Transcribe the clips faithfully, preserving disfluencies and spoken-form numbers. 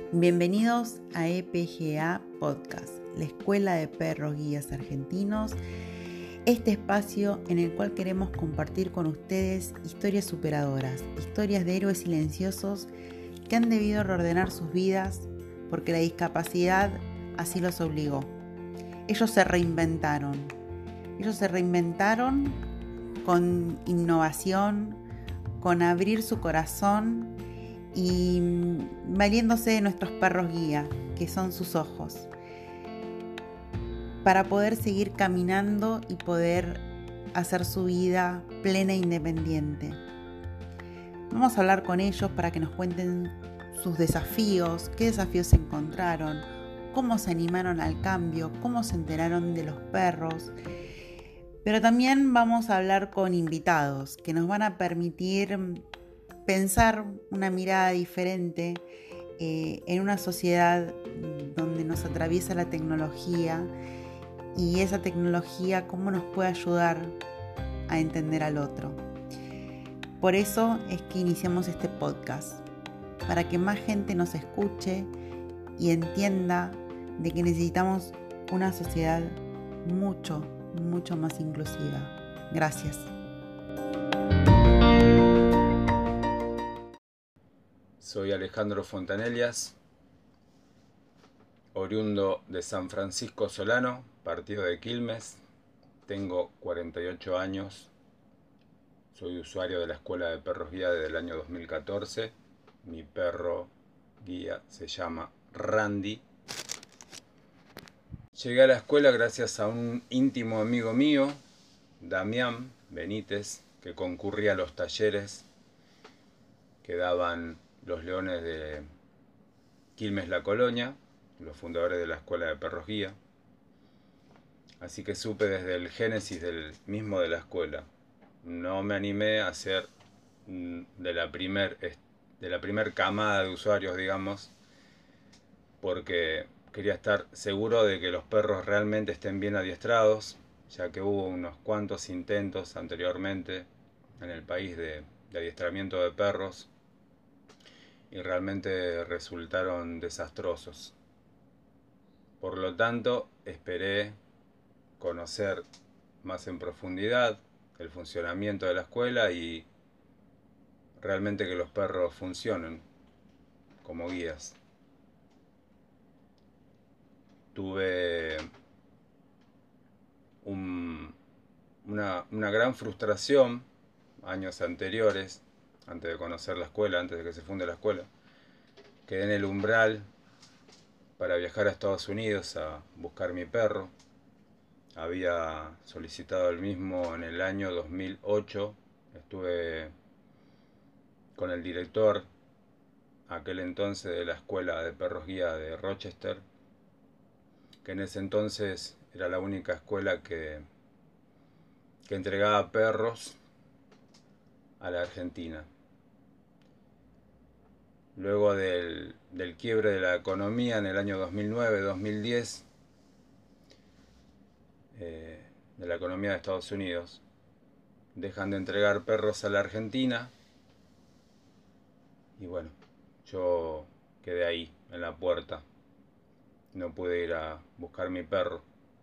Bienvenidos a E P G A Podcast, la Escuela de Perros Guías Argentinos, este espacio en el cual queremos compartir con ustedes historias superadoras, historias de héroes silenciosos que han debido reordenar sus vidas porque la discapacidad así los obligó. Ellos se reinventaron, ellos se reinventaron con innovación, con abrir su corazón y valiéndose de nuestros perros guía, que son sus ojos, para poder seguir caminando y poder hacer su vida plena e independiente. Vamos a hablar con ellos para que nos cuenten sus desafíos, qué desafíos se encontraron, cómo se animaron al cambio, cómo se enteraron de los perros. Pero también vamos a hablar con invitados que nos van a permitir pensar una mirada diferente eh, en una sociedad donde nos atraviesa la tecnología y esa tecnología cómo nos puede ayudar a entender al otro. Por eso es que iniciamos este podcast, para que más gente nos escuche y entienda de que necesitamos una sociedad mucho, mucho más inclusiva. Gracias. Soy Alejandro Fontanellas, oriundo de San Francisco Solano, partido de Quilmes. Tengo cuarenta y ocho años. Soy usuario de la Escuela de Perros Guía desde el año dos mil catorce. Mi perro guía se llama Randy. Llegué a la escuela gracias a un íntimo amigo mío, Damián Benítez, que concurría a los talleres que daban los leones de Quilmes La Colonia, los fundadores de la Escuela de Perros Guía. Así que supe desde el génesis del mismo de la escuela. No me animé a ser de la primer, de la primer camada de usuarios, digamos, porque quería estar seguro de que los perros realmente estén bien adiestrados, ya que hubo unos cuantos intentos anteriormente en el país de, de adiestramiento de perros y realmente resultaron desastrosos. Por lo tanto, esperé conocer más en profundidad el funcionamiento de la escuela y realmente que los perros funcionen como guías. Tuve un, una, una gran frustración años anteriores, antes de conocer la escuela, antes de que se funde la escuela. Quedé en el umbral para viajar a Estados Unidos a buscar mi perro. Había solicitado el mismo en el año dos mil ocho. Estuve con el director, aquel entonces, de la Escuela de Perros Guía de Rochester, que en ese entonces era la única escuela que, que entregaba perros a la Argentina. Luego del, del quiebre de la economía en el año dos mil nueve dos mil diez, eh, de la economía de Estados Unidos, dejan de entregar perros a la Argentina y bueno, yo quedé ahí, en la puerta. No pude ir a buscar mi perro.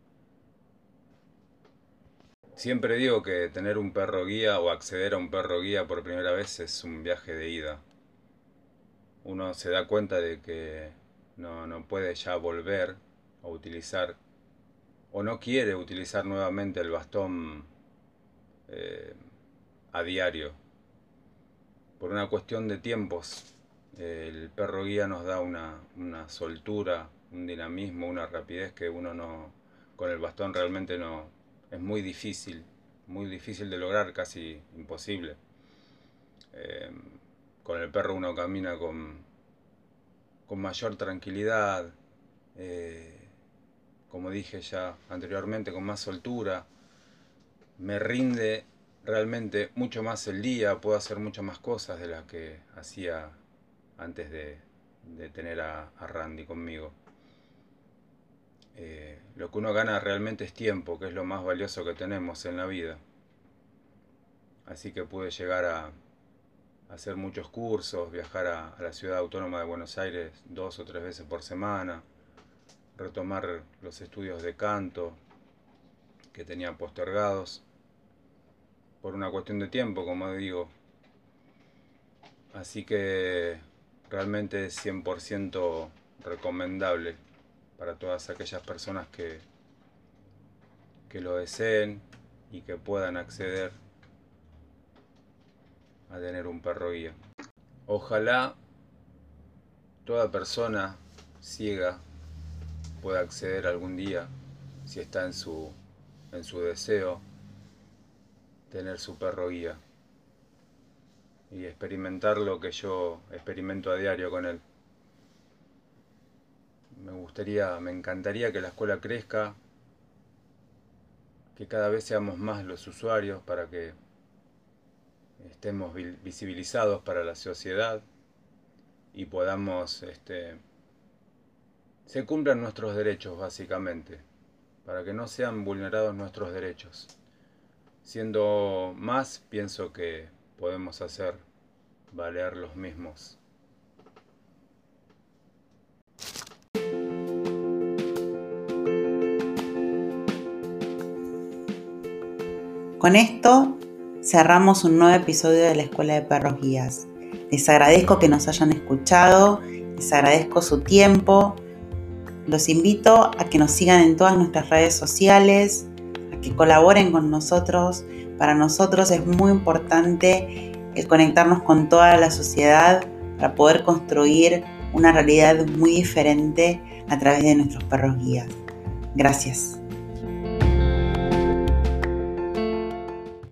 Siempre digo que tener un perro guía o acceder a un perro guía por primera vez es un viaje de ida. Uno se da cuenta de que no, no puede ya volver a utilizar o no quiere utilizar nuevamente el bastón eh, a diario. Por una cuestión de tiempos, eh, el perro guía nos da una, una soltura, un dinamismo, una rapidez que uno no, con el bastón realmente no, es muy difícil, muy difícil de lograr, casi imposible. Eh, con el perro uno camina con, con mayor tranquilidad, eh, como dije ya anteriormente, con más soltura. Me rinde realmente mucho más el día, puedo hacer muchas más cosas de las que hacía antes de, de tener a, a Randy conmigo. Eh, lo que uno gana realmente es tiempo, que es lo más valioso que tenemos en la vida. Así que pude llegar a, hacer muchos cursos, viajar a, a la ciudad autónoma de Buenos Aires dos o tres veces por semana, retomar los estudios de canto que tenía postergados por una cuestión de tiempo, como digo. Así que realmente es cien por ciento recomendable para todas aquellas personas que, que lo deseen y que puedan acceder a tener un perro guía. Ojalá toda persona ciega pueda acceder algún día, si está en su, en su deseo, tener su perro guía y experimentar lo que yo experimento a diario con él. Me gustaría, me encantaría que la escuela crezca, que cada vez seamos más los usuarios para que estemos visibilizados para la sociedad y podamos, este, se cumplan nuestros derechos básicamente, para que no sean vulnerados nuestros derechos. Siendo más, pienso que podemos hacer valer los mismos. Con esto cerramos un nuevo episodio de la Escuela de Perros Guías. Les agradezco que nos hayan escuchado, les agradezco su tiempo. Los invito a que nos sigan en todas nuestras redes sociales, a que colaboren con nosotros. Para nosotros es muy importante el conectarnos con toda la sociedad para poder construir una realidad muy diferente a través de nuestros perros guías. Gracias.